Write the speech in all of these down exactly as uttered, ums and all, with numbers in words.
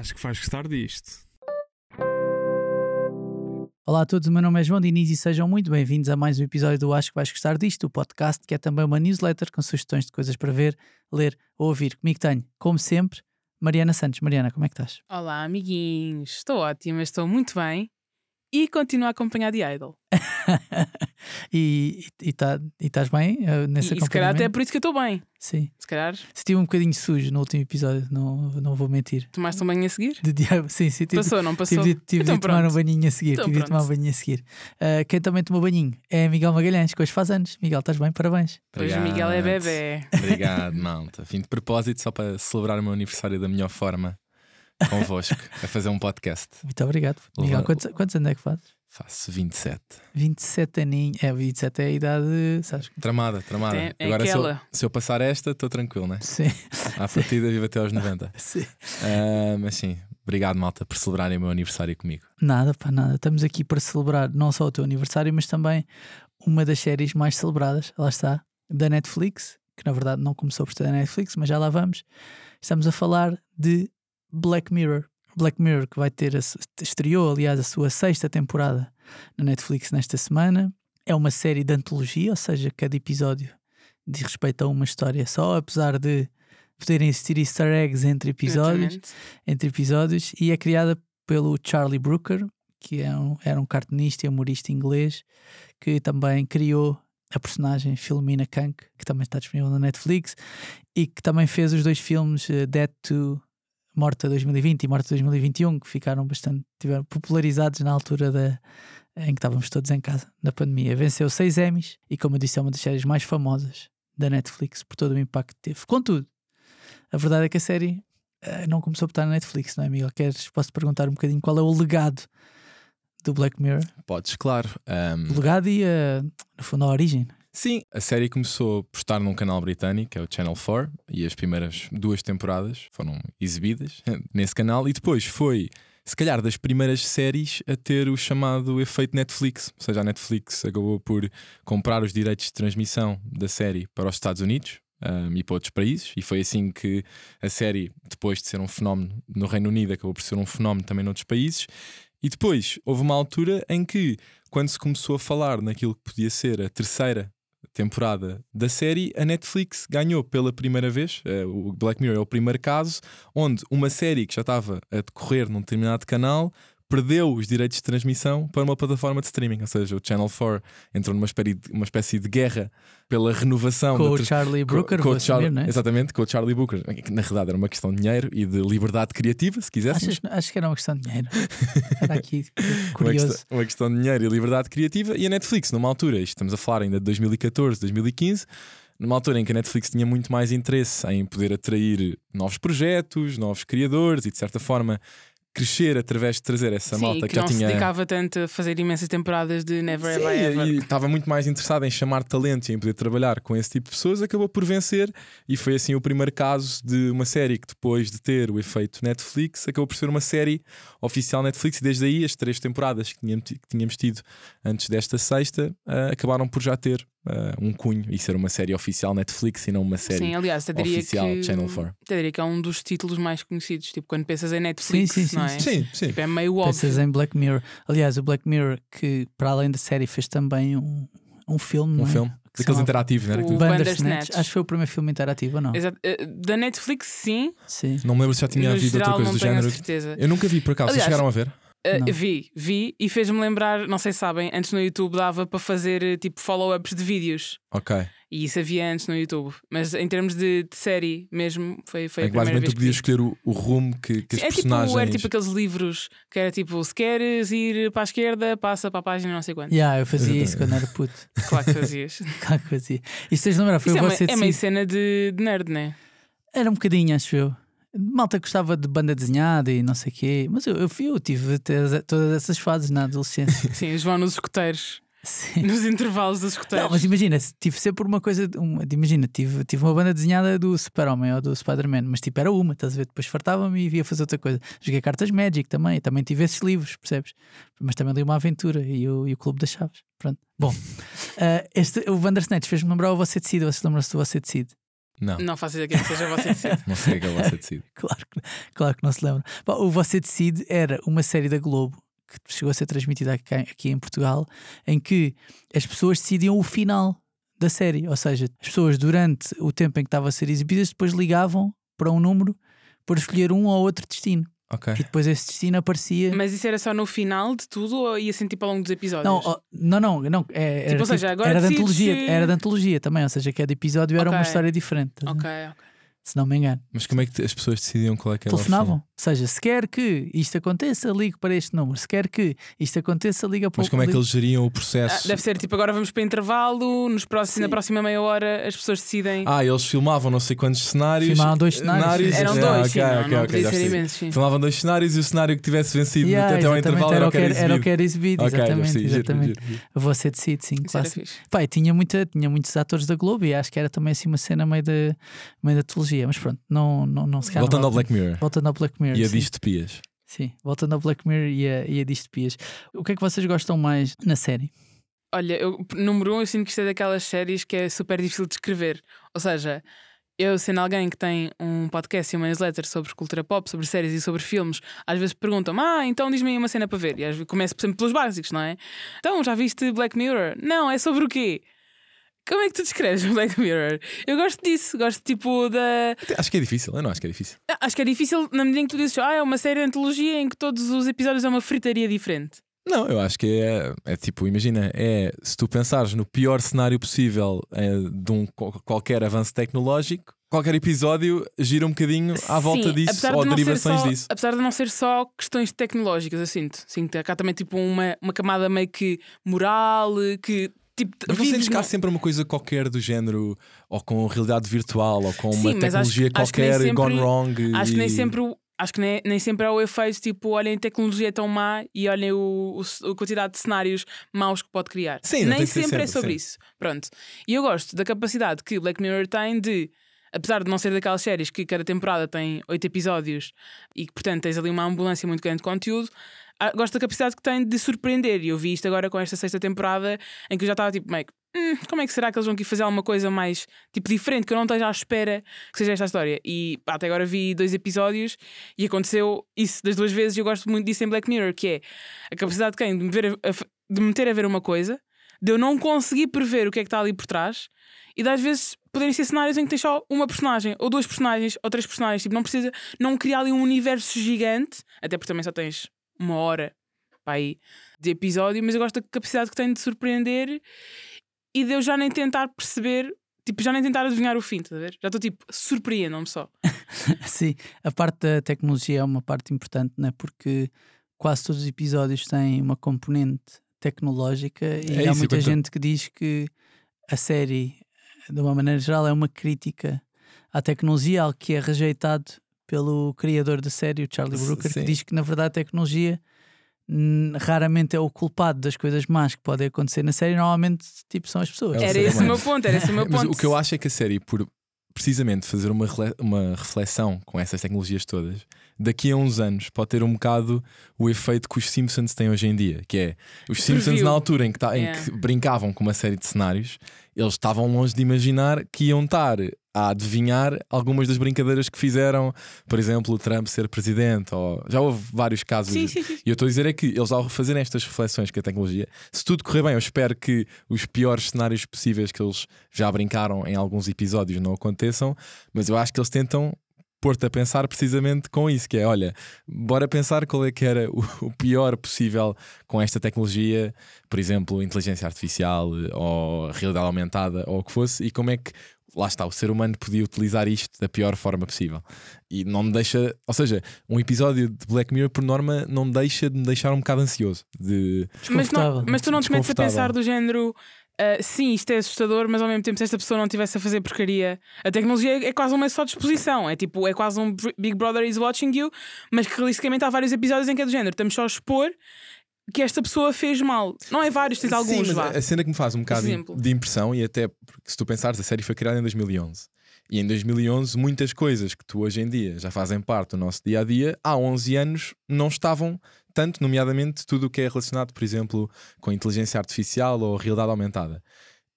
Acho que vais gostar disto. Olá a todos, o meu nome é João Diniz e sejam muito bem-vindos a mais um episódio do Acho que vais gostar disto, o podcast que é também uma newsletter com sugestões de coisas para ver, ler ou ouvir. Comigo tenho, como sempre, Mariana Santos. Mariana, como é que estás? Olá, amiguinhos. Estou ótima, estou muito bem e continuo a acompanhar The Idol. e e tá, estás bem uh, nesse E, e se calhar até é acompanhamento? por isso que eu estou bem. Sim. Se calhar Se estive um bocadinho sujo no último episódio, não, não vou mentir. tomaste um banho a seguir? De diabo, sim, sim. Tive, Passou, não passou? tive, de- tive Então de tomar um pronto. banhinho a seguir. Então tive de tomar um pronto. banhinho a seguir. Uh, quem também tomou banhinho é Miguel Magalhães, que hoje faz anos. Miguel, estás bem? Parabéns. Hoje o Miguel é bebê. Obrigado, malta. Vim de propósito só para celebrar o meu aniversário da melhor forma convosco, a fazer um podcast. Muito obrigado. Miguel, Olá. quantos, quantos anos é que fazes? Faço vinte e sete. vinte e sete aninhos. É, vinte e sete é a idade, sabes? Tramada, tramada. É- é Agora, se eu, aquela. se eu passar esta, estou tranquilo, né? Sim. À partida, vivo até aos noventa. Sim. Ah, mas sim, obrigado, malta, por celebrarem o meu aniversário comigo. Nada, pá, nada. Estamos aqui para celebrar não só o teu aniversário, mas também uma das séries mais celebradas, lá está, da Netflix, que na verdade não começou por ser da Netflix, mas já lá vamos. Estamos a falar de Black Mirror. Black Mirror, que vai ter, a, su- estreou aliás a sua sexta temporada na Netflix nesta semana. É uma série de antologia, ou seja, cada episódio diz respeito a uma história só, apesar de poderem existir easter eggs entre episódios. Exatamente. entre episódios, e é criada pelo Charlie Brooker, que é um, era um cartunista e humorista inglês, que também criou a personagem Philomena Kank, que também está disponível na Netflix, e que também fez os dois filmes eh, Dead to Morta dois mil e vinte e Morta dois mil e vinte e um, que ficaram bastante, tiveram popularizados na altura da, em que estávamos todos em casa, na pandemia. Venceu seis Emmys e, como eu disse, é uma das séries mais famosas da Netflix por todo o impacto que teve. Contudo, a verdade é que a série eh, não começou por estar na Netflix, não é, Miguel? Queres, posso perguntar um bocadinho qual é o legado do Black Mirror? Podes, claro. Ahm, O legado e, eh, no fundo, a origem. sim, a série começou por estar num canal britânico, que é o Channel quatro, e as primeiras duas temporadas foram exibidas nesse canal, e depois foi, se calhar, das primeiras séries a ter o chamado efeito Netflix. Ou seja, a Netflix acabou por comprar os direitos de transmissão da série para os Estados Unidos um, e para outros países, e foi assim que a série, depois de ser um fenómeno no Reino Unido, acabou por ser um fenómeno também noutros países. E depois houve uma altura em que, quando se começou a falar naquilo que podia ser a terceira temporada da série, a Netflix ganhou pela primeira vez. eh, o Black Mirror é o primeiro caso onde uma série que já estava a decorrer num determinado canal perdeu os direitos de transmissão para uma plataforma de streaming. Ou seja, o Channel quatro entrou numa espécie de, uma espécie de guerra pela renovação Com da o ter- Charlie com- Brooker, com vou o Char- assumir, não é? Exatamente, com o Charlie Brooker, que na realidade era uma questão de dinheiro e de liberdade criativa, se quisesse. Achas, acho que era uma questão de dinheiro. Era aqui Uma curioso. questão, uma questão de dinheiro e liberdade criativa. E a Netflix, numa altura, isto estamos a falar ainda de dois mil e catorze, dois mil e quinze, numa altura em que a Netflix tinha muito mais interesse em poder atrair novos projetos, novos criadores e, de certa forma, crescer através de trazer essa Sim, malta que que já não tinha. se dedicava tanto a fazer imensas temporadas de Never Sim, Have I Ever. e estava muito mais interessado em chamar talentos e em poder trabalhar com esse tipo de pessoas, acabou por vencer, e foi assim o primeiro caso de uma série que, depois de ter o efeito Netflix, acabou por ser uma série oficial Netflix, e desde aí as três temporadas que tínhamos, que tínhamos tido antes desta sexta uh, acabaram por já ter uh, um cunho e ser uma série oficial Netflix e não uma série Sim, aliás, até diria, oficial que, Channel quatro. até diria que é um dos títulos mais conhecidos. Tipo, quando pensas em Netflix, Sim, sim, não sim, é? Sim, sim. Tipo, é meio Pensas óbvio. em Black Mirror. Aliás, o Black Mirror, que para além da série fez também um, um filme, não Um é? filme Que se daqueles chamava interativos, não era? O- Que tu- Bandersnatch. Bandersnatch. Acho que foi o primeiro filme interativo, ou não? Exato. Eh, Da Netflix, sim. Sim. Não me lembro se já tinha No havido geral, outra coisa não do tenho a género. certeza. Eu nunca vi, por acaso. Vocês Aliás, chegaram a ver? Uh, Não. vi, vi e fez-me lembrar, não sei se sabem, antes no YouTube dava para fazer eh, tipo follow-ups de vídeos. Ok. E isso havia antes no YouTube. Mas em termos de, de série mesmo, foi, foi É a que primeira basicamente vez tu podias que vi. escolher o, o rumo que, que Sim, as é tipo, personagens. era tipo aqueles livros que era tipo: se queres ir para a esquerda, passa para a página não sei quanto. Yeah, eu fazia Exatamente. isso quando era puto. Claro que fazias. Claro que fazia. E se tens de lembrar, foi Isso é, uma, você é meio decide. cena de, de nerd, não é? Era um bocadinho, acho eu. Malta gostava de banda desenhada e não sei o quê. Mas eu, eu, fui- eu tive até todas essas fases na adolescência. Sim, João nos escuteiros. Sim. Nos intervalos dos escuteiros. Não, mas imagina, tive sempre uma coisa. Uma, imagina, tive, tive uma banda desenhada do Super-Homem ou do Spider-Man, mas tipo era uma, estás a ver? Depois fartava-me e ia fazer outra coisa. Joguei cartas Magic também, também tive esses livros, percebes? Mas também li uma aventura e o, e o Clube das Chaves. Pronto. Bom, uh, este, o Bandersnatch fez-me lembrar o Você Decide. Você lembra-se do Você Decide? Não. Não faço ideia que seja Você Decide. Não sei o que é Você Decide. Claro, que- claro que não se lembra. Bom, o Você Decide era uma série da Globo que chegou a ser transmitida aqui, aqui em Portugal, em que as pessoas decidiam o final da série. Ou seja, as pessoas durante o tempo em que estava a ser exibidas depois ligavam para um número para escolher um ou outro destino. Ok. E depois esse destino aparecia. Mas isso era só no final de tudo ou ia assim tipo ao longo dos episódios? Não, ó, não, não, não. É, era, ou seja, tipo- agora era, de decides antologia, se- era de antologia também. Ou seja, cada episódio era uma Ok. história diferente. Ok, ok. Se não me engano. Mas como é que as pessoas decidiam qual é que era o Telefonavam. fim? Ou seja, se quer que isto aconteça, ligue para este número. Se quer que isto aconteça, liga para o Mas como é que eles geriam o processo? Ah, deve ser tipo agora vamos para intervalo, nos próximos, Sim. na próxima meia hora as pessoas decidem. Ah, eles filmavam não sei quantos cenários. Filmavam dois cenários. Eram Ah, dois, ok, sim, não, ok, não ok, podia já ser percebi. imensos. Sim. Filmavam dois cenários e o cenário que tivesse vencido Yeah, até ao exatamente, intervalo era o que era era o que era exibido. exibido. Ok, já Exatamente, percebi, giro, exatamente. giro, giro. Você decide, sim, Isso era clássico. fixe. Pá, e tinha, muita, tinha muitos atores da Globo e acho que era também assim uma cena meio da, meio da trilogia. Mas pronto, não, não, não se calhar não Voltando ao vale- Black Mirror Voltando ao Black Mirror. e a sim. distopias. Sim, voltando ao Black Mirror e a, e a distopias. O que é que vocês gostam mais na série? Olha, eu, número um, eu sinto que isto é daquelas séries que é super difícil de escrever. Ou seja, eu sendo alguém que tem um podcast e uma newsletter sobre cultura pop, sobre séries e sobre filmes, às vezes perguntam-me, ah, então diz-me aí uma cena para ver. E às vezes começo sempre pelos básicos, não é? Então, já viste Black Mirror? Não, é sobre o quê? Como é que tu descreves o Black Mirror? Eu gosto disso, gosto tipo da. Acho que é difícil, eu não acho que é difícil. Acho que é difícil na medida em que tu dizes, ah, é uma série de antologia em que todos os episódios é uma fritaria diferente. Não, eu acho que é, é tipo, imagina, é se tu pensares no pior cenário possível é, de um qual- qualquer avanço tecnológico, qualquer episódio gira um bocadinho à volta Sim, disso apesar ou de não ser derivações só- disso. Apesar de não ser só questões tecnológicas, eu sinto. Sinto cá também tipo uma, uma camada meio que moral, que tipo. Mas não vives sentes que há num- sempre uma coisa qualquer do género, ou com realidade virtual, ou com uma Sim, mas acho- tecnologia acho que nem qualquer sempre- gone wrong. Acho que nem e- sempre. o- Acho que nem, nem sempre é o efeito tipo, olhem, a tecnologia é tão má e olhem o, o- a quantidade de cenários maus que pode criar. Sim, não nem tem que ser sempre é sempre, sobre sim. isso. Pronto. E eu gosto da capacidade que Black Mirror tem de, apesar de não ser daquelas séries que cada temporada tem oito episódios e que, portanto, tens ali uma ambulância muito grande de conteúdo, ah, gosto da capacidade que tem de surpreender. E eu vi isto agora com esta sexta temporada em que eu já estava tipo, meio que, hum, como é que será que eles vão aqui fazer alguma coisa mais tipo diferente, que eu não esteja à espera que seja esta história? E pá, até agora vi dois episódios e aconteceu isso das duas vezes. E eu gosto muito disso em Black Mirror, que é a capacidade que tem de me, ver a, a- de me meter a ver uma coisa, de eu não conseguir prever o que é que está ali por trás, e de às vezes poderem ser cenários em que tens só uma personagem, ou duas personagens, ou três personagens. Tipo, não precisa, não criar ali um universo gigante, até porque também só tens uma hora pá, aí, de episódio, mas eu gosto da capacidade que tem de surpreender e de eu já nem tentar perceber, tipo, já nem tentar adivinhar o fim, estás a ver? Já estou tipo, surpreendam-me só. Sim, a parte da tecnologia é uma parte importante, né? Porque quase todos os episódios têm uma componente tecnológica e É há isso, muita enquanto- gente que diz que a série, de uma maneira geral, é uma crítica à tecnologia, algo que é rejeitado pelo criador da série, o Charlie S- Brooker, sim. que diz que na verdade a tecnologia hum, raramente é o culpado das coisas más que podem acontecer na série, normalmente tipo, são as pessoas. É o Era ser esse o humano. meu ponto, era esse o meu Mas ponto. o que eu acho é que a série, por precisamente fazer uma, rele- uma reflexão com essas tecnologias todas, daqui a uns anos pode ter um bocado o efeito que os Simpsons têm hoje em dia, que é os Simpsons Previu. na altura em que, tá- em Yeah. que brincavam com uma série de cenários, eles estavam longe de imaginar que iam estar a adivinhar algumas das brincadeiras que fizeram, por exemplo, o Trump ser presidente, ou já houve vários casos. Sim, sim, sim. E eu estou a dizer é que eles, ao fazerem estas reflexões com a tecnologia, se tudo correr bem, eu espero que os piores cenários possíveis que eles já brincaram em alguns episódios não aconteçam, mas eu acho que eles tentam pôr-te a pensar precisamente com isso, que é, olha, bora pensar qual é que era o, o pior possível com esta tecnologia, por exemplo, inteligência artificial ou realidade aumentada ou o que fosse, e como é que lá está, o ser humano podia utilizar isto da pior forma possível. E não me deixa, ou seja, um episódio de Black Mirror, por norma, não deixa de me deixar um bocado ansioso. De... Mas, não, Desconfortável. mas tu não te metes a Desconfortável. pensar do género, ah, sim, isto é assustador, mas ao mesmo tempo, se esta pessoa não estivesse a fazer porcaria, a tecnologia é quase uma só disposição. É tipo, é quase um Big Brother is watching you, mas que realisticamente há vários episódios em que é do género, estamos só a expor que esta pessoa fez mal. Não é vários, tens alguns, Sim, vá. mas a cena que me faz um bocado Exemplo. de impressão, e até porque se tu pensares, a série foi criada em dois mil e onze. E em dois mil e onze, muitas coisas que tu hoje em dia já fazem parte do nosso dia a dia, há onze anos não estavam tanto, nomeadamente tudo o que é relacionado, por exemplo, com a inteligência artificial ou realidade aumentada.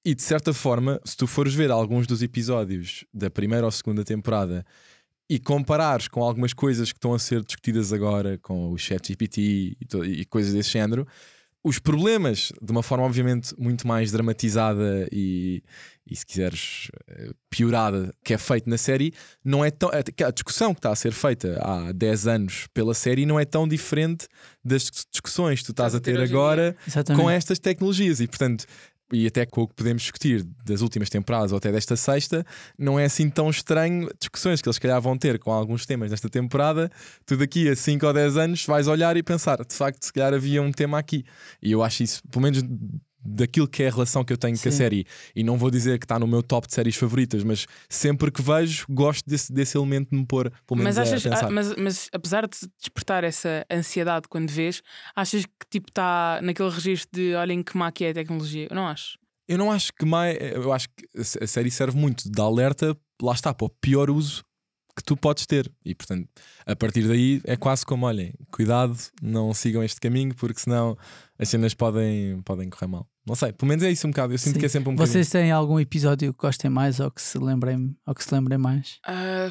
E de certa forma, se tu fores ver alguns dos episódios da primeira ou segunda temporada e comparares com algumas coisas que estão a ser discutidas agora com o ChatGPT e, e coisas desse género, os problemas, de uma forma obviamente muito mais dramatizada e, e se quiseres piorada, que é feito na série, não é tão, a discussão que está a ser feita há dez anos pela série não é tão diferente das discussões que tu estás a ter agora com estas tecnologias. E portanto, e até com o que podemos discutir das últimas temporadas ou até desta sexta, não é assim tão estranho discussões que eles se calhar vão ter com alguns temas desta temporada. Tu daqui a cinco ou dez anos vais olhar e pensar, de facto, se calhar havia um tema aqui. E eu acho isso, pelo menos daquilo que é a relação que eu tenho Sim. com a série, e não vou dizer que está no meu top de séries favoritas, mas sempre que vejo gosto desse, desse elemento de me pôr pelo menos mas achas, a pensar. Mas, mas apesar de despertar essa ansiedade quando vês, achas que tipo está naquele registro de olhem que má que é a tecnologia? Eu não acho. Eu não acho que mais. Eu acho que a série serve muito de alerta, lá está, para o pior uso que tu podes ter. E portanto, a partir daí é quase como: olhem, cuidado, não sigam este caminho, porque senão as cenas podem, podem correr mal. Não sei, pelo menos é isso um bocado. Eu sinto Sim. que é sempre um bocadinho. Vocês têm algum episódio que gostem mais ou que se lembrem, ou que se lembrem mais? Uh,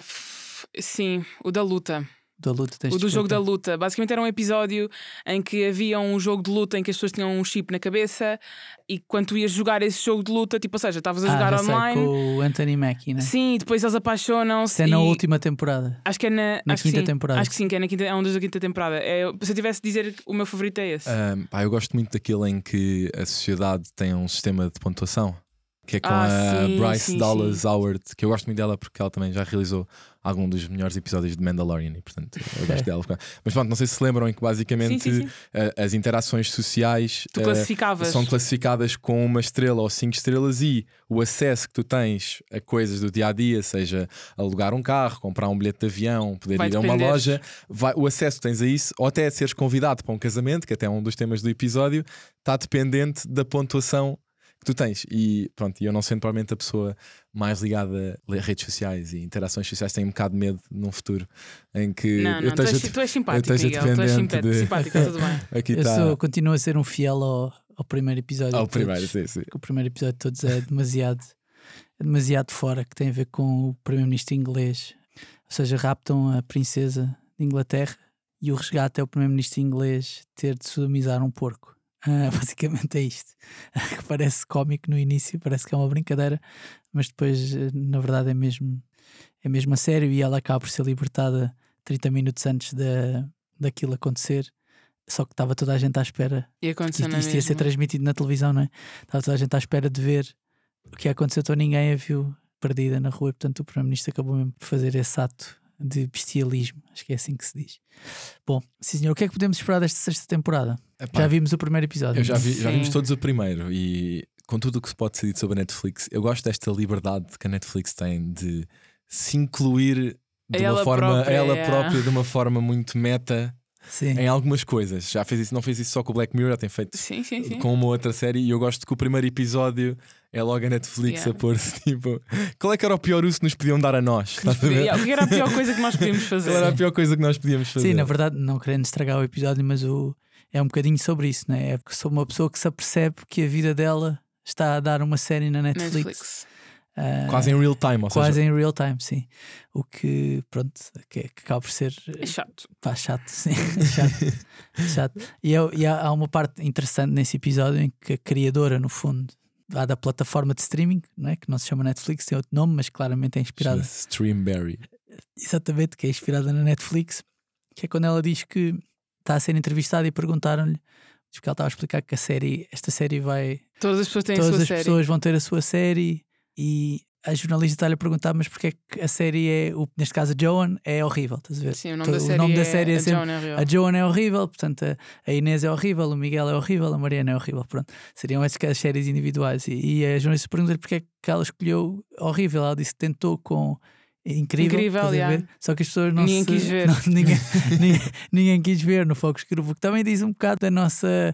sim, o da luta. Da luta o do jogo da luta. Basicamente era um episódio em que havia um jogo de luta em que as pessoas tinham um chip na cabeça e quando tu ias jogar esse jogo de luta, tipo, ou seja, estavas a ah, jogar já online sei, com o Anthony Mackie, né? Sim, depois eles apaixonam-se. Isso é e... na última temporada. Acho que é na, na acho quinta que sim. temporada. Acho que sim, que é, na quinta, é um dos da quinta temporada. É, se eu tivesse de dizer, o meu favorito é esse. Um, pá, eu gosto muito daquele em que a sociedade tem um sistema de pontuação, que é com ah, a sim, Bryce sim, Dallas sim. Howard, que eu gosto muito dela porque ela também já realizou algum dos melhores episódios de Mandalorian e portanto eu gosto dela. Mas pronto, não sei se se lembram em que basicamente sim, sim, sim. Uh, as interações sociais tu classificavas. Uh, são classificadas com uma estrela ou cinco estrelas e o acesso que tu tens a coisas do dia a dia, seja alugar um carro, comprar um bilhete de avião, poder vai ir depender. a uma loja, vai, o acesso que tens a isso, ou até seres convidado para um casamento, que até é um dos temas do episódio, está dependente da pontuação que tu tens. E pronto, eu não sendo provavelmente a pessoa mais ligada a redes sociais e interações sociais, tenho um bocado de medo num futuro em que não, não, eu esteja, tu, és, tu és simpático, eu esteja Miguel, tu és dependente de... simpático, está tudo bem. Aqui eu tá... sou, continuo a ser um fiel ao, ao primeiro episódio. Ao primeiro, todos, sim, sim. Porque o primeiro episódio de todos é demasiado, é demasiado fora, que tem a ver com o primeiro-ministro inglês. Ou seja, raptam a princesa de Inglaterra e o resgate é o primeiro-ministro inglês ter de sodomizar um porco. Uh, basicamente é isto. Que parece cómico no início, parece que é uma brincadeira, mas depois na verdade é mesmo, é mesmo a sério, e ela acaba por ser libertada trinta minutos antes da, daquilo acontecer. Só que estava toda a gente à espera. E aconteceu isto, isto ia ser transmitido na televisão, não é? Estava toda a gente à espera de ver o que aconteceu, então ninguém a viu perdida na rua, e portanto o Primeiro-Ministro acabou mesmo por fazer esse ato de bestialismo, acho que é assim que se diz. Bom, sim senhor, o que é que podemos esperar desta sexta temporada? Epá, já vimos o primeiro episódio. Eu já, vi, já vimos todos o primeiro, e com tudo o que se pode ser dito sobre a Netflix, eu gosto desta liberdade que a Netflix tem de se incluir de ela uma forma, própria, ela é. própria de uma forma muito meta. Sim. Em algumas coisas. Já fez isso, não fez isso só com o Black Mirror, já tem feito sim, sim, sim. com uma outra série. E eu gosto que o primeiro episódio é logo a Netflix yeah. a pôr-se tipo, qual é que era o pior uso que nos podiam dar a nós? O que era a pior coisa que nós podíamos fazer? Qual era a pior coisa que nós podíamos fazer? Sim, na verdade, não querendo estragar o episódio, mas o, é um bocadinho sobre isso, não é? É porque sou uma pessoa que se apercebe que a vida dela está a dar uma série na Netflix. Netflix. Uh, quase em real time, ou quase seja... em real time, sim. O que, pronto, que, que acaba por ser é chato. Pá, chato, sim. É chato. chato. E, é, e há, há uma parte interessante nesse episódio em que a criadora, no fundo, há da plataforma de streaming, não é? Que não se chama Netflix, tem outro nome, mas claramente é inspirada. Streamberry. Exatamente, que é inspirada na Netflix. Que é quando ela diz que está a ser entrevistada e perguntaram-lhe, porque ela estava a explicar que a série, esta série vai. Todas as pessoas têm todas a sua as série. pessoas vão ter a sua série. E a jornalista está-lhe a perguntar, mas porque é que a série é, o, neste caso a Joan, é horrível, estás a ver? Sim, o nome, o da, série nome é, da série é a sempre Joan é horrível. A Joan é horrível, portanto a, a Inês é horrível, o Miguel é horrível, a Mariana é horrível, pronto. Seriam essas as séries individuais. E, e a jornalista pergunta-lhe porque é que ela escolheu horrível. Ela disse que tentou com incrível, incrível yeah. Só que as pessoas não ninguém se, quis ver. Não, ninguém, ninguém, ninguém quis ver no Focus Group, que também diz um bocado da nossa,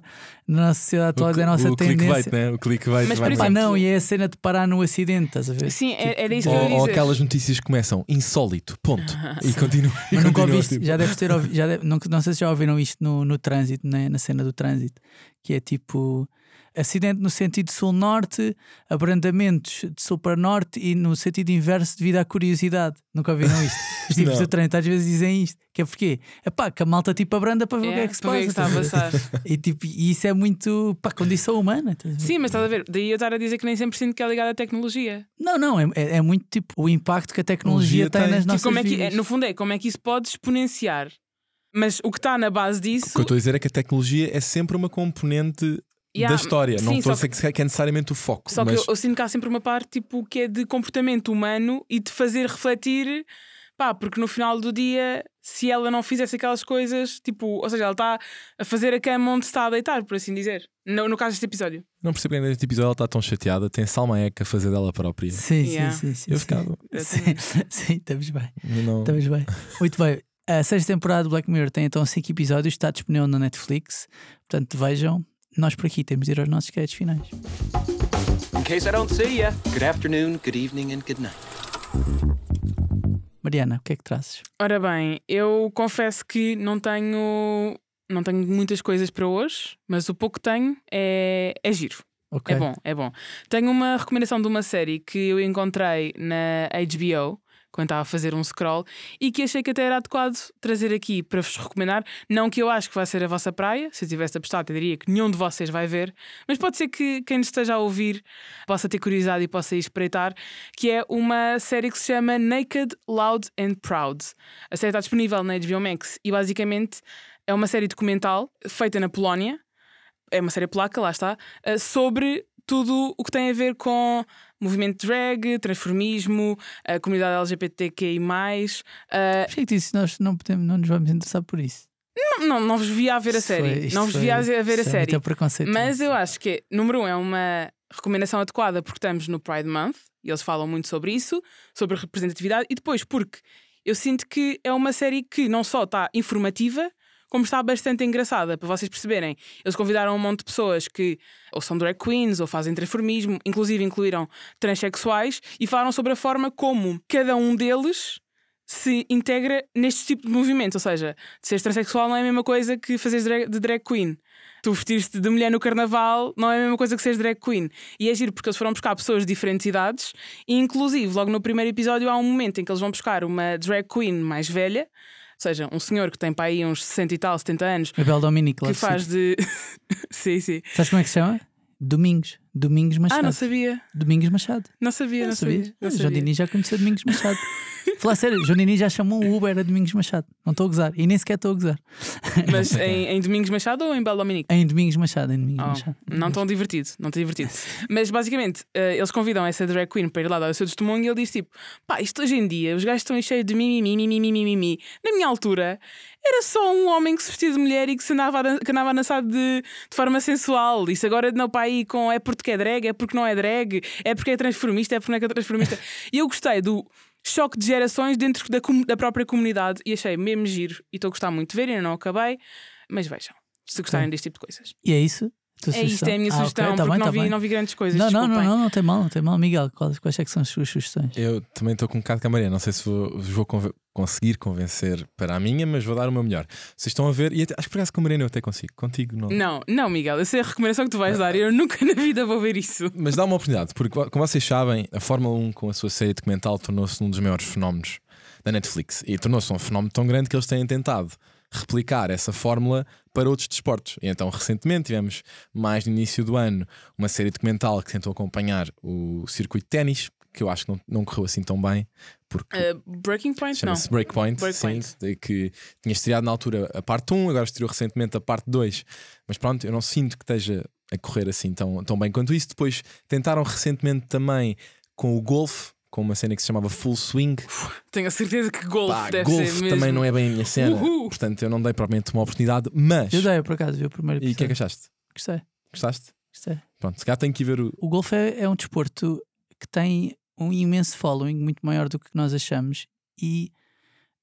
na nossa sociedade atual, o, é a nossa o tendência. Clickbait, né? O clickbait Mas, vai por Pá, exemplo, não, e é a cena de parar no acidente, estás a ver? Sim, Tipo, era isso que eu ia ou, ou dizer. aquelas notícias que começam insólito, ponto. E continua. E Mas nunca continua, ouviste, tipo, já deves ter ouvido, já deve- não, não sei se já ouviram isto no, no trânsito, né? Na cena do trânsito, que é tipo acidente no sentido sul-norte, abrandamentos de sul para norte e no sentido inverso devido à curiosidade. Nunca ouviram isto? Os tipos Não. do trânsito às vezes dizem isto, que é porque é pá, que a malta tipo abranda para ver o que é que se para ver o que passa. está a estás a ver? passar. E, tipo, e isso é muito pá, condição humana. estás a ver? Sim, mas estás a ver, daí eu estar a dizer que nem sempre sinto que é ligado à tecnologia. Não, não, é, é é muito tipo o impacto que a tecnologia Tecnologia tem tem. nas Tipo, nossas como é que, vidas. é, no fundo é, como é que isso pode exponenciar? Mas o que está na base O disso. que eu estou a dizer é que a tecnologia é sempre uma componente Yeah, da história. sim, não estou só a dizer que é necessariamente o foco. Só que mas eu, eu sinto que há sempre uma parte tipo, que é de comportamento humano e de fazer refletir, pá, porque no final do dia, se ela não fizesse aquelas coisas, tipo, ou seja, ela está a fazer a cama onde está a deitar, por assim dizer. No, no caso deste episódio. não percebo que neste episódio ela está tão chateada. Tem Salma Hayek a fazer dela própria. Sim, Yeah. sim, sim, sim. Eu sim. ficava. Sim, sim, estamos bem. Não... Estamos bem. Muito bem. A sexta temporada do Black Mirror tem então cinco episódios, está disponível na Netflix. Portanto, vejam. Nós por aqui temos de ir aos nossos créditos finais. In case I don't see ya, good afternoon, good evening, and good night. Mariana, o que é que trazes? Ora bem, eu confesso que não tenho, não tenho muitas coisas para hoje, mas o pouco que tenho é, é giro. Ok. É bom, é bom. Tenho uma recomendação de uma série que eu encontrei na H B O quando estava a fazer um scroll e que achei que até era adequado trazer aqui para vos recomendar. Não que eu acho que vai ser a vossa praia, se eu tivesse apostado, eu diria que nenhum de vocês vai ver, mas pode ser que quem nos esteja a ouvir possa ter curiosidade e possa ir espreitar, que é uma série que se chama Naked, Loud and Proud. A série está disponível na H B O Max e basicamente é uma série documental feita na Polónia. É uma série polaca, lá está, sobre tudo o que tem a ver com movimento drag, transformismo, a comunidade L G B T Q I mais. Uh, Por que é que disse nós não, podemos, não nos vamos interessar por isso? não, não, não vos via a ver a Isto série. foi- isto não vos foi- via a ver a isto é série. muito preconceito. Mas eu acho que, número um, é uma recomendação adequada porque estamos no Pride Month e eles falam muito sobre isso, sobre representatividade, e depois porque eu sinto que é uma série que não só está informativa, como está bastante engraçada, para vocês perceberem. Eles convidaram um monte de pessoas que ou são drag queens ou fazem transformismo, inclusive incluíram transexuais, e falaram sobre a forma como cada um deles se integra neste tipo de movimento. Ou seja, seres transexual não é a mesma coisa que fazeres drag, de drag queen. Tu vestir-te de mulher no carnaval não é a mesma coisa que seres drag queen. E é giro porque eles foram buscar pessoas de diferentes idades e inclusive logo no primeiro episódio há um momento em que eles vão buscar uma drag queen mais velha, ou seja, um senhor que tem para aí uns sessenta e tal, setenta anos, Abel Dominic, que faz de. sim, sim. Sabes como é que se chama? Domingos. Domingos Machado. Ah, não sabia. Domingos Machado. Não sabia, não, Não sabia. sabias? Não João sabia. Diniz já conheceu Domingos Machado. Falar sério, João Diniz já chamou o Uber a Domingos Machado. Não estou a gozar. E nem sequer estou a gozar. Mas em, em Domingos Machado ou em Belo Dominique? Em Domingos Machado, em Domingos Oh, Machado. não tão divertido, não tão divertido. Mas basicamente, eh, eles convidam essa drag queen para ir lá dar o seu testemunho e ele diz tipo: pá, isto hoje em dia, os gajos estão cheios de mimimi, mimimi, mimimi. Na minha altura, era só um homem que se vestia de mulher e que, se andava, a dan- que andava a dançar de, de forma sensual. Isso agora não para aí com é porque é drag, é porque não é drag, é porque é transformista, é porque não é que é transformista. E eu gostei do choque de gerações dentro da, com- da própria comunidade e achei mesmo giro. E estou a gostar muito de ver, ainda não acabei, mas vejam, se gostarem deste tipo de coisas. E é isso? A tua É isto, sugestão? é a minha Ah, sugestão, ok, tá porque bem, não, tá vi, bem. não vi grandes coisas. Não, não, não, desculpem. não, não tem mal, não tem mal. Miguel, quais, quais é que são as suas sugestões? Eu também estou com um bocado de camareira. Não sei se vou, vos vou conven- conseguir convencer para a minha, mas vou dar o meu melhor. Vocês estão a ver, e até, acho que por acaso com a Mariana eu até consigo. Contigo não. Não, não, Miguel, eu sei a recomendação que tu vais dar. Eu nunca na vida vou ver isso. Mas dá uma oportunidade, porque como vocês sabem, a Fórmula um com a sua série documental tornou-se um dos maiores fenómenos da Netflix. E tornou-se um fenómeno tão grande que eles têm tentado replicar essa fórmula para outros desportos. E então, recentemente, tivemos mais no início do ano uma série documental que tentou acompanhar o circuito de ténis, que eu acho que não, não correu assim tão bem, porque Uh, Breaking Point, não. chama-se Breakpoint, Breakpoint. sim, de que tinha estreado na altura a parte um, agora estreou recentemente a parte dois. Mas pronto, eu não sinto que esteja a correr assim tão, tão bem quanto isso. Depois tentaram recentemente também com o golfe, com uma cena que se chamava Full Swing. Tenho a certeza que golfe Pá, deve golfe ser mesmo. também não é bem a minha cena, Uhul. portanto eu não dei propriamente uma oportunidade. Mas, Eu dei, por acaso, vi o primeiro e o episódio. que é que achaste? Gostei, Gostaste? gostei. Pronto, se calhar tenho que ir ver o. O golfe é, é um desporto que tem um imenso following, muito maior do que nós achamos, e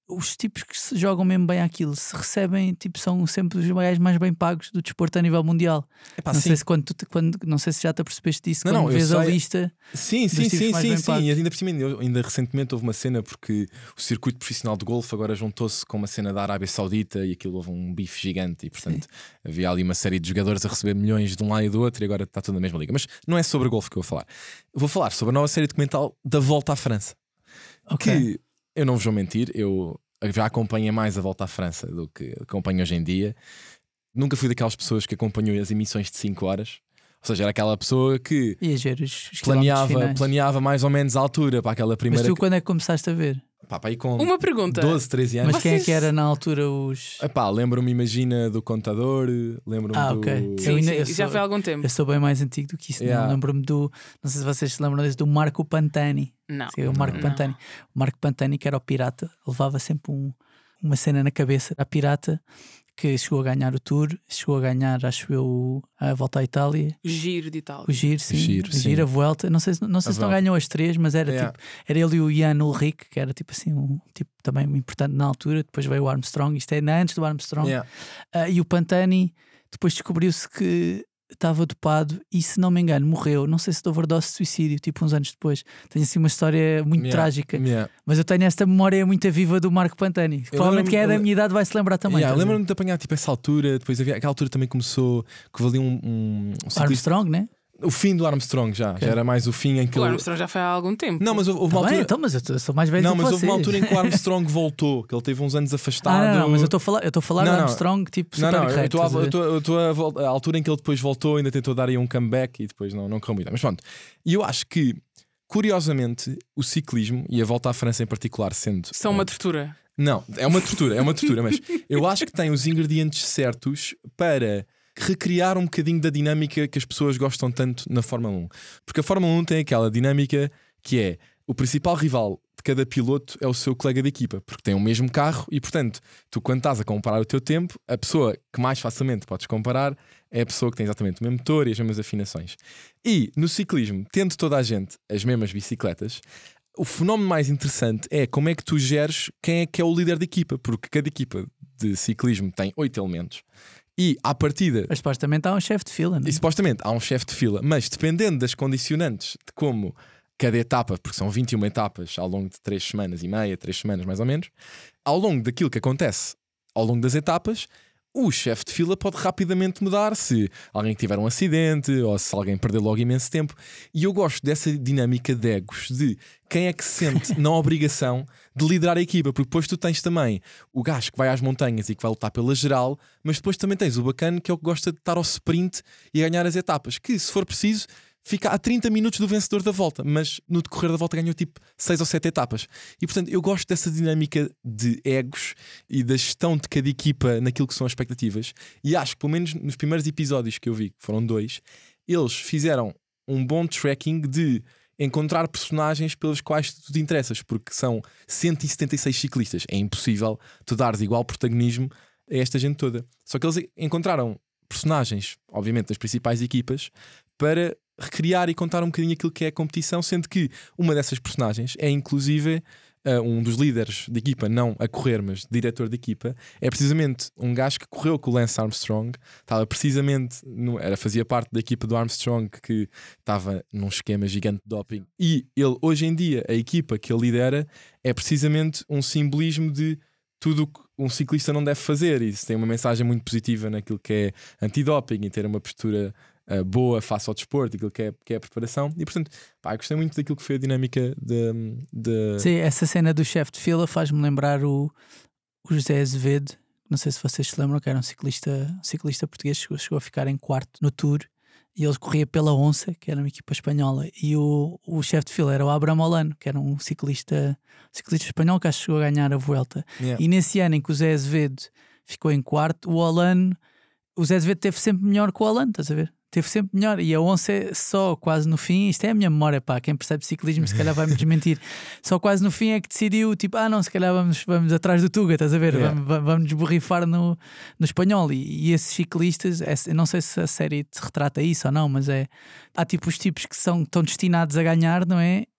os tipos que se jogam mesmo bem àquilo, se recebem, tipo, são sempre os gajos mais bem pagos do desporto a nível mundial. Epá, não sim. sei se quando, tu, quando não sei se já te apercebeste disso, Não, quando não, eu vês a sei. lista. Sim, sim, dos tipos sim, mais sim, bem sim. pagos. E ainda por cima, eu- ainda recentemente houve uma cena porque o circuito profissional de golfe agora juntou-se com uma cena da Arábia Saudita e aquilo houve um bife gigante e portanto havia ali uma série de jogadores a receber milhões de um lado e do outro e agora está tudo na mesma liga. Mas não é sobre golfe que eu vou falar. Eu vou falar sobre a nova série documental da Volta à França. Ok. Que eu não vos vou mentir, eu já acompanhei mais a Volta à França do que acompanho hoje em dia. Nunca fui daquelas pessoas que acompanhou as emissões de cinco horas. Ou seja, era aquela pessoa que Ias ver os, os planeava, quilómetros finais. planeava mais ou menos a altura para aquela Mas primeira. tu quando é que começaste a ver? Pá, pá, aí com Uma pergunta. doze, treze anos. Mas quem é Vocês- que era na altura os. Epá, lembro-me, imagina, do Contador, lembro-me Ah, do. ok. Sim, Eu sim, ainda- eu já sou- foi há algum tempo. Eu sou bem mais antigo do que isso. Yeah. Não lembro-me do. Não sei se vocês se lembram desse do Marco Pantani. Não. Sim, o Marco Não. Pantani. O Marco Pantani, que era o pirata, levava sempre um- uma cena na cabeça. A pirata que chegou a ganhar o Tour, chegou a ganhar, acho eu, a Volta à Itália. O giro de Itália. O Giro, sim. O Giro, o Giro, sim. a Vuelta. Não sei, se- não sei A se não Vuelta. ganhou as três, mas era Yeah. tipo. Era ele e o Jan Ulrich, que era tipo assim, um tipo também importante na altura. Depois veio o Armstrong, isto é ainda antes do Armstrong. Yeah. Ah, e o Pantani, depois descobriu-se que estava dopado e, se não me engano, morreu. Não sei se de overdose de suicídio, tipo uns anos depois. Tenho assim uma história muito Yeah. trágica. Yeah. Mas eu tenho esta memória muito viva do Marco Pantani. Provavelmente lembro-me- quem é da eu- minha idade vai se lembrar também. Yeah, estás a ver? lembro-me de apanhar tipo essa altura. Depois havia aquela altura também começou que valia um, um, um ciclista. Armstrong, né? O fim do Armstrong já. Ok. Já era mais o fim em que O ele. Armstrong já foi há algum tempo. Não, mas houve, houve Tá uma bem, altura. então, mas eu, tô- eu sou mais velho Não, do que mas houve uma vocês. altura em que o Armstrong voltou, que ele teve uns anos afastado. Ah, não, não, mas eu estou a falar, eu estou a falar Não, do não. Armstrong, tipo, Não, super não, eu great, estou a, estás a eu ver? estou- eu estou a, vol- a altura em que ele depois voltou, ainda tentou dar aí um comeback e depois não, não correu muito. Mas pronto, e eu acho que, curiosamente, o ciclismo e a Volta à França em particular, sendo. São uma tortura. Não, é uma tortura, é uma tortura, mas eu acho que tem os ingredientes certos para recriar um bocadinho da dinâmica que as pessoas gostam tanto na Fórmula um. Porque a Fórmula um tem aquela dinâmica que é o principal rival de cada piloto é o seu colega de equipa, porque tem o mesmo carro e, portanto, tu quando estás a comparar o teu tempo, a pessoa que mais facilmente podes comparar é a pessoa que tem exatamente o mesmo motor e as mesmas afinações. E no ciclismo, tendo toda a gente as mesmas bicicletas, o fenómeno mais interessante é como é que tu geres quem é que é o líder da equipa, porque cada equipa de ciclismo tem oito elementos e, à partida, Mas supostamente há um chefe de fila, não é? e supostamente há um chefe de fila, mas dependendo das condicionantes de como cada etapa, porque são vinte e uma etapas ao longo de três semanas e meia, três semanas mais ou menos, ao longo daquilo que acontece ao longo das etapas, o chefe de fila pode rapidamente mudar se alguém tiver um acidente ou se alguém perder logo imenso tempo. E eu gosto dessa dinâmica de egos, de quem é que se sente na obrigação de liderar a equipa, porque depois tu tens também o gajo que vai às montanhas e que vai lutar pela geral, mas depois também tens o bacana que é o que gosta de estar ao sprint e a ganhar as etapas, que se for preciso fica a trinta minutos do vencedor da volta, mas no decorrer da volta ganhou tipo seis ou sete etapas. E portanto eu gosto dessa dinâmica de egos e da gestão de cada equipa naquilo que são as expectativas. E acho que pelo menos nos primeiros episódios que eu vi, que foram dois, eles fizeram um bom tracking de encontrar personagens pelos quais tu te interessas, porque são cento e setenta e seis ciclistas. É impossível tu dares igual protagonismo a esta gente toda. Só que eles encontraram personagens, obviamente, das principais equipas, para recriar e contar um bocadinho aquilo que é a competição, sendo que uma dessas personagens é inclusive uh, um dos líderes de equipa, não a correr, mas diretor de equipa, é precisamente um gajo que correu com o Lance Armstrong, estava precisamente, no, era, fazia parte da equipa do Armstrong, que estava num esquema gigante de doping, e ele, hoje em dia, a equipa que ele lidera é precisamente um simbolismo de tudo o que um ciclista não deve fazer, e isso tem uma mensagem muito positiva naquilo que é antidoping e ter uma postura Uh, boa face ao desporto, aquilo que é, que é a preparação, e portanto, pá, eu gostei muito daquilo que foi a dinâmica de, de... Sim, essa cena do chefe de fila faz-me lembrar o, o José Azevedo. Não sei se vocês se lembram, que era um ciclista, um ciclista português, chegou, chegou a ficar em quarto no Tour e ele corria pela Onça, que era uma equipa espanhola, e o, o chefe de fila era o Abraham Olano, que era um ciclista, ciclista espanhol que acho que chegou a ganhar a Vuelta. Yeah. E nesse ano em que o Zé Azevedo ficou em quarto, o Olano, o Zé Azevedo teve sempre melhor que o Olano, estás a ver? Teve sempre melhor, e a Onça só quase no fim, isto é a minha memória, pá, quem percebe ciclismo se calhar vai-me desmentir, só quase no fim é que decidiu, tipo, ah não, se calhar vamos, vamos atrás do Tuga, estás a ver, Yeah. vamos, vamos nos borrifar no, no espanhol, e, e esses ciclistas, é, eu não sei se a série te retrata isso ou não, mas é, há tipo os tipos que são, estão destinados a ganhar, não é? E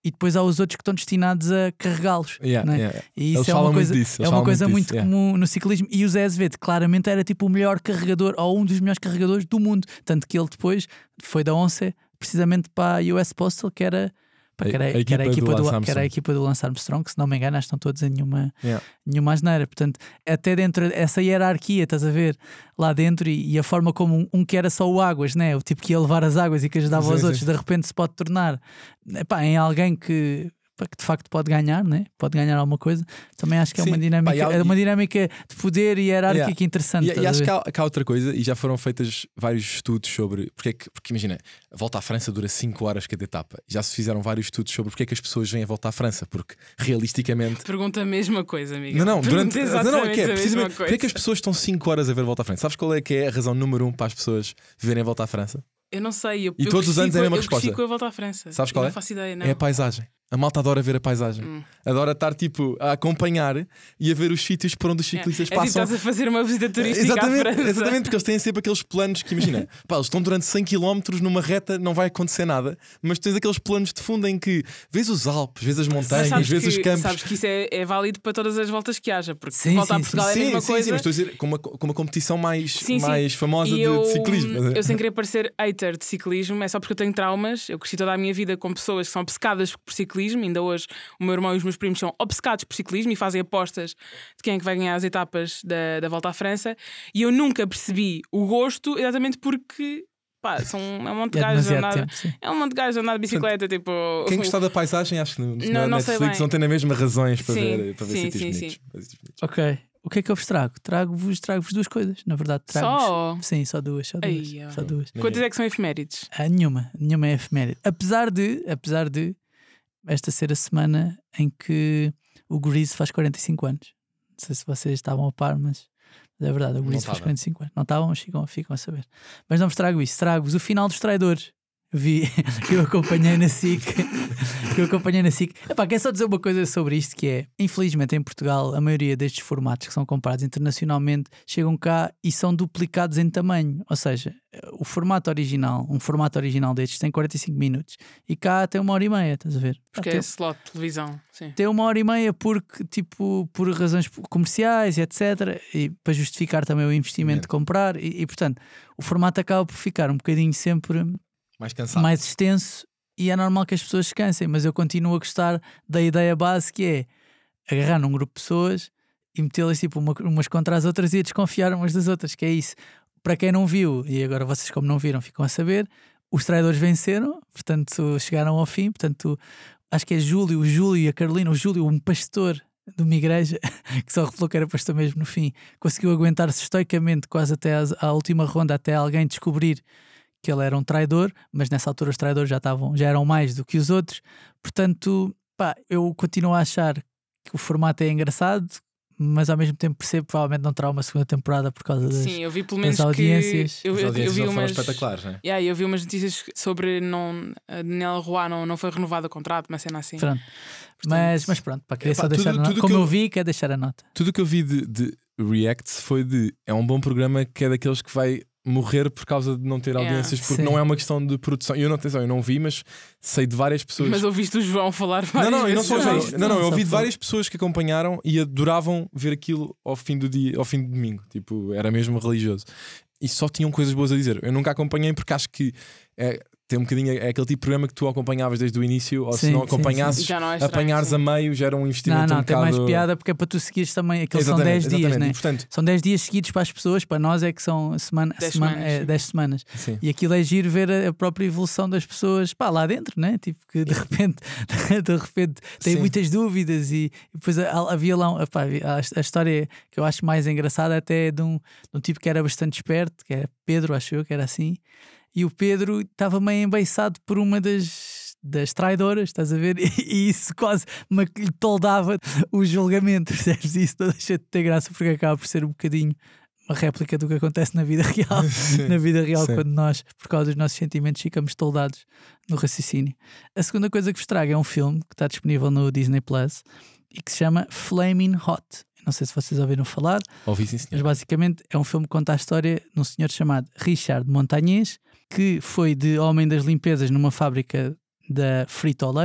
e depois há os outros que estão destinados a carregá-los. Yeah, não é? yeah. E isso Eles é uma falam coisa, muito disso, é eles uma falam coisa muito muito disso, yeah. comum no ciclismo. E o Zé Azevedo claramente era tipo o melhor carregador, ou um dos melhores carregadores do mundo. Tanto que ele depois foi da ONCE precisamente para a U S Postal, que era, pá, que era, A- a que era a equipa equipa do do, Lance que era a Armstrong. equipa do Lance Armstrong, que se não me engano, acho que estão todos em nenhuma, Yeah. nenhuma asneira. Portanto, até dentro dessa hierarquia, estás a ver, lá dentro, e, e a forma como um, um que era só o águas, né? O tipo que ia levar as águas e que ajudava Sim, os sim, outros, sim. de repente se pode tornar, epá, em alguém que, pá, que de facto pode ganhar, né? Pode ganhar alguma coisa. Também acho que é Sim, uma dinâmica, pá, e há- é uma dinâmica de poder e hierárquica Yeah. interessante. E, e estás a acho ver? que há, que há outra coisa, e já foram feitas vários estudos sobre porque é que, porque imagina, a volta à França dura cinco horas cada etapa. Já se fizeram vários estudos sobre porque é que as pessoas vêm a volta à França, porque realisticamente. Pergunta a mesma coisa, amiga. Não, não, durante. Pergunta Não, não, é exatamente que é, a mesma precisamente. coisa. Porque é que as pessoas estão cinco horas a ver a volta à França? Sabes qual é que é a razão número um para as pessoas verem a volta à França? Eu não sei. Eu, E eu todos os cresci anos é a com- mesma eu resposta. cresci com a volta à França. Sabes Eu qual não é? faço ideia, não. É a paisagem. A malta adora ver a paisagem. Hum. Adora estar tipo a acompanhar e a ver os sítios por onde os ciclistas É, é tipo, passam. estás a fazer uma visita turística Exatamente, à França. exatamente, porque eles têm sempre aqueles planos que imagina, pá, eles estão durante cem quilómetros numa reta, não vai acontecer nada, mas tens aqueles planos de fundo em que vês os Alpes, vês as Mas montanhas, sabes vês que, os campos. sabes que isso é, é válido para todas as voltas que haja, porque Sim, volta sim, a Portugal sim. é a mesma sim, coisa. sim, mas estou a dizer com uma, com uma competição mais, Sim, sim. mais famosa E de, eu, de ciclismo. Eu, sem querer parecer hater de ciclismo, é só porque eu tenho traumas. Eu cresci toda a minha vida com pessoas que são obcecadas por ciclismo. Ainda hoje o meu irmão e os meus primos são obcecados por ciclismo e fazem apostas de quem é que vai ganhar as etapas da, da volta à França. E eu nunca percebi o gosto, exatamente porque pá, são, é um monte de É gajos a demasiado andar. tempo, sim. É um monte de gajos a andar de bicicleta. Tipo, Quem gostar da paisagem, acho que no, no Não- não sei Netflix bem. não tem as mesmas razões para Sim, ver, para ver sim, sítios sim, bonitos. sim. Para sítios bonitos. Ok. O que é que eu vos trago? Trago-vos trago-vos duas coisas, na verdade. Trago-vos... Só? Sim, só duas. Só duas, Ei, ó. só duas. Quantas é que são efemérides? Ah, nenhuma, nenhuma é efeméride. Apesar de, apesar de esta ser a semana em que o Grease faz quarenta e cinco anos. Não sei se vocês estavam a par, mas é verdade, o Grease faz estava. quarenta e cinco anos. Não estavam, mas ficam, ficam a saber. Mas não vos trago isso, trago-vos o final dos Traidores. Eu vi, que eu acompanhei na SIC, que eu acompanhei na SIC. Epá, quero só dizer uma coisa sobre isto, que é, infelizmente em Portugal, a maioria destes formatos que são comprados internacionalmente chegam cá e são duplicados em tamanho. Ou seja, o formato original, um formato original destes tem quarenta e cinco minutos e cá tem uma hora e meia, estás a ver? Porque Pá, é tem, slot de televisão. Sim. tem uma hora e meia porque, tipo, por razões comerciais e etcétera. E para justificar também o investimento de comprar e, e portanto, o formato acaba por ficar um bocadinho sempre Mais cansado. mais extenso e é normal que as pessoas se cansem, mas eu continuo a gostar da ideia base, que é agarrar num grupo de pessoas e metê-las tipo uma, umas contra as outras e a desconfiar umas das outras, que é isso. Para quem não viu, e agora vocês como não viram ficam a saber, os traidores venceram, portanto chegaram ao fim, portanto acho que é Júlio, o Júlio e a Carolina, o Júlio, um pastor de uma igreja que só revelou que era pastor mesmo no fim, conseguiu aguentar-se estoicamente quase até à, à última ronda, até alguém descobrir que ele era um traidor, mas nessa altura os traidores já estavam, já eram mais do que os outros. Portanto, pá, eu continuo a achar que o formato é engraçado, mas ao mesmo tempo percebo que provavelmente não terá uma segunda temporada por causa das, Sim, eu vi pelo menos das audiências. que eu, As eu, eu audiências vi não foram umas espetaculares, não é? Yeah, eu vi umas notícias sobre não, a Daniela Roy não, não foi renovado o contrato, uma cena assim. Pronto. Portanto, Mas, mas pronto, para querer Epá, só deixar tudo- a nota. tudo Como que eu... eu- vi, quer deixar a nota. Tudo o que eu vi de, de Reacts foi de. É um bom programa que é daqueles que vai morrer por causa de não ter Yeah. audiências, porque Sim. não é uma questão de produção. Eu não, atenção, eu não vi, mas sei de várias pessoas. Mas ouviste o João falar Não, várias não, e não vezes só sobre não, isto. não, não, eu Só ouvi de foi. várias pessoas que acompanharam e adoravam ver aquilo ao fim do dia, ao fim do domingo. Tipo, era mesmo religioso. E só tinham coisas boas a dizer. Eu nunca acompanhei porque acho que é, tem um bocadinho, é aquele tipo de programa que tu acompanhavas desde o início, ou Sim, se não sim, acompanhasses, Já não é estranho, apanhares sim. a meio já era um Não, investimento não, um tem bocado... mais piada porque é para tu seguires também. Aqueles são Exatamente, dez dias, exatamente. né? E, portanto, São dez dias seguidos para as pessoas, para nós é que são semana, dez semana, semanas, é, sim. dez semanas. sim. E aquilo é giro ver a, a própria evolução das pessoas pá, lá dentro, né? Tipo que de repente, de repente tem Sim. muitas dúvidas e, e depois há- havia lá um, epá, a, a história que eu acho mais engraçada até é de um, de um tipo que era bastante esperto, que era Pedro, acho eu que era assim, e o Pedro estava meio embeiçado por uma das, das traidoras, estás a ver? E isso quase me lhe toldava o julgamento, percebes? Isso não deixa de ter graça porque acaba por ser um bocadinho uma réplica do que acontece na vida real. Sim. Na vida real, Sim. quando nós, por causa dos nossos sentimentos, ficamos toldados no raciocínio. A segunda coisa que vos trago é um filme que está disponível no Disney Plus e que se chama Flaming Hot. Não sei se vocês ouviram falar, Ouvi, sim, mas senhor. basicamente é um filme que conta a história de um senhor chamado Richard Montagnés, que foi de homem das limpezas numa fábrica da Frito-Lay,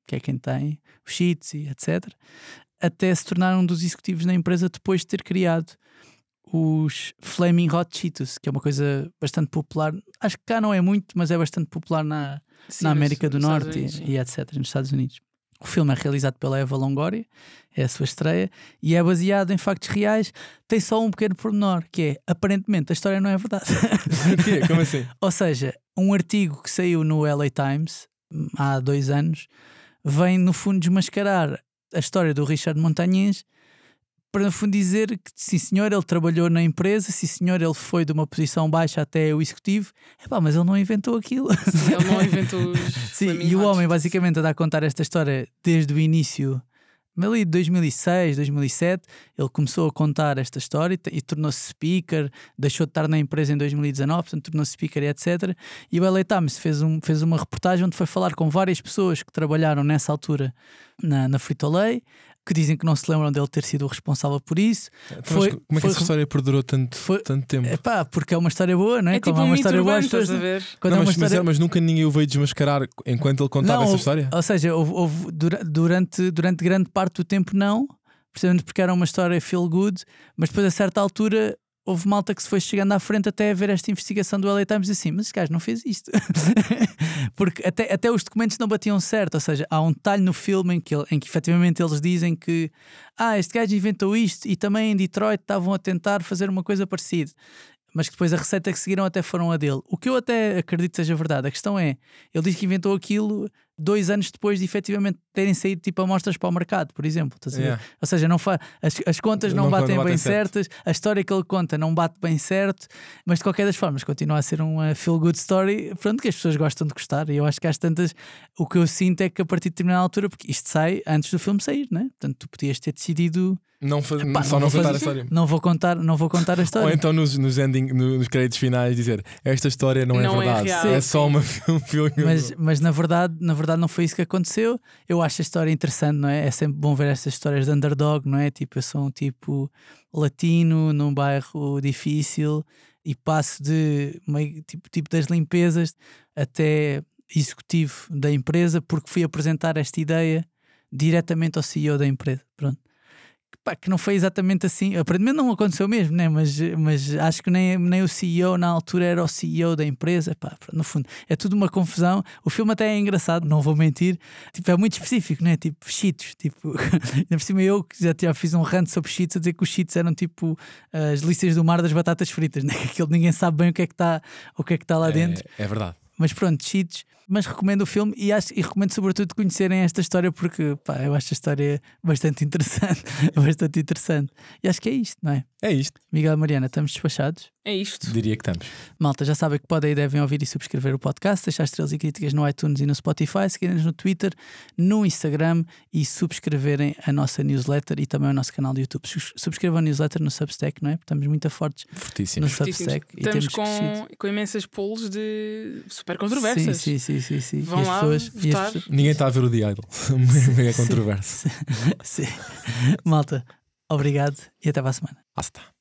que é quem tem os Cheetos e etcétera, até se tornar um dos executivos na empresa depois de ter criado os Flaming Hot Cheetos, que é uma coisa bastante popular. Acho que cá não é muito, mas é bastante popular na, Sim, na nos- América do nos Estados Norte Unidos, e, sim. e etcétera, nos Estados Unidos. O filme é realizado pela Eva Longoria, é a sua estreia, e é baseado em factos reais. Tem só um pequeno pormenor, que é, aparentemente, a história não é verdade. O quê? Como assim? Ou seja, um artigo que saiu no L A Times hum, há dois anos vem, no fundo, desmascarar a história do Richard Montañez para, no fundo, dizer que, sim senhor, ele trabalhou na empresa, sim senhor, ele foi de uma posição baixa até o executivo. Epá, mas ele não inventou aquilo. Sim, ele não inventou os Sim, Flaming e o Hot homem Cheetos. basicamente anda a contar esta história desde o início, ali de dois mil e seis, dois mil e sete. Ele começou a contar esta história e, t- e tornou-se speaker, deixou de estar na empresa em dois mil e dezanove, portanto tornou-se speaker e etcétera. E o L A Times fez, um, fez uma reportagem onde foi falar com várias pessoas que trabalharam nessa altura na, na Frito-Lay, que dizem que não se lembram dele ter sido o responsável por isso. Então, Foi- mas como é que foi- essa história perdurou tanto, foi- tanto tempo? Epá, porque é uma história boa, não é? É tipo Como é um uma mito história boa, urbano, as pessoas- estás a ver? quando Não, é uma mas, mas, história... é- mas nunca ninguém o veio desmascarar enquanto ele contava Não, essa houve- história? Ou seja, houve, houve dura- durante, durante grande parte do tempo não, precisamente porque era uma história feel good, mas depois a certa altura houve malta que se foi chegando à frente até a ver esta investigação do L A Times e assim, mas esse gajo não fez isto. Porque até, até os documentos não batiam certo, ou seja, há um detalhe no filme em que, ele- em que efetivamente eles dizem que ah, este gajo inventou isto e também em Detroit estavam a tentar fazer uma coisa parecida. Mas que depois a receita que seguiram até foram a dele. O que eu até acredito seja verdade. A questão é, ele diz que inventou aquilo dois anos depois de efetivamente terem saído tipo amostras para o mercado, por exemplo. Estás a ver? Yeah. Ou seja, não fa... as, as contas não, Não- batem não bem batem certo. certas, a história que ele conta não bate bem certo, mas de qualquer das formas continua a ser uma feel good story, pronto, que as pessoas gostam de gostar. E eu acho que às tantas, o que eu sinto é que a partir de determinada altura, porque isto sai antes do filme sair, né? Portanto, tu podias ter decidido. Não faz, Epá, só não não vou contar a fazer- história. Não vou contar, não vou contar a história. Ou então nos, nos, ending, no- nos créditos finais dizer esta história não, Não é é verdade, real, é só sim. uma filme. filme Mas, mas na verdade, na verdade não foi isso que aconteceu. Eu acho a história interessante, não é? É sempre bom ver estas histórias de underdog, não é? Tipo, eu sou um tipo latino num bairro difícil e passo de meio, tipo, tipo das limpezas até executivo da empresa porque fui apresentar esta ideia diretamente ao C E O da empresa. Pronto. Pá, que não foi exatamente assim, aparentemente não aconteceu mesmo, né? mas, mas acho que nem, nem o C E O na altura era o C E O da empresa. Pá, no fundo é tudo uma confusão. O filme até é engraçado, não vou mentir, tipo, é muito específico, né? Tipo Cheetos, tipo, ainda por cima eu que já, já fiz um rant sobre Cheetos a dizer que os Cheetos eram tipo as delícias do mar das batatas fritas, né? Que aquilo ninguém sabe bem o que é que está o que é que está lá dentro. É, é verdade. Mas pronto, Cheetos. Mas recomendo o filme e, acho, e recomendo sobretudo conhecerem esta história porque pá, eu acho a história bastante interessante. Bastante interessante. E acho que é isto, não é? É isto. Miguel e Mariana, estamos despachados? É isto. Diria que estamos. Malta, já sabem que podem e devem ouvir e subscrever o podcast, deixar estrelas e críticas no iTunes e no Spotify, seguirem-nos no Twitter, no Instagram e subscreverem a nossa newsletter e também o nosso canal do YouTube. Sus- Subscrevam a newsletter no Substack, não é? Porque estamos muito fortes Fortíssimo. no Fortíssimos. Substack e Estamos temos crescido. com, com imensas polls de super controversas. Sim, sim, sim, sim, sim. Vão E as lá pessoas, e as votar. pessoas- Ninguém está a ver o The Idol. Mega controverso. Sim. Malta, obrigado e até para a semana. Ah, está.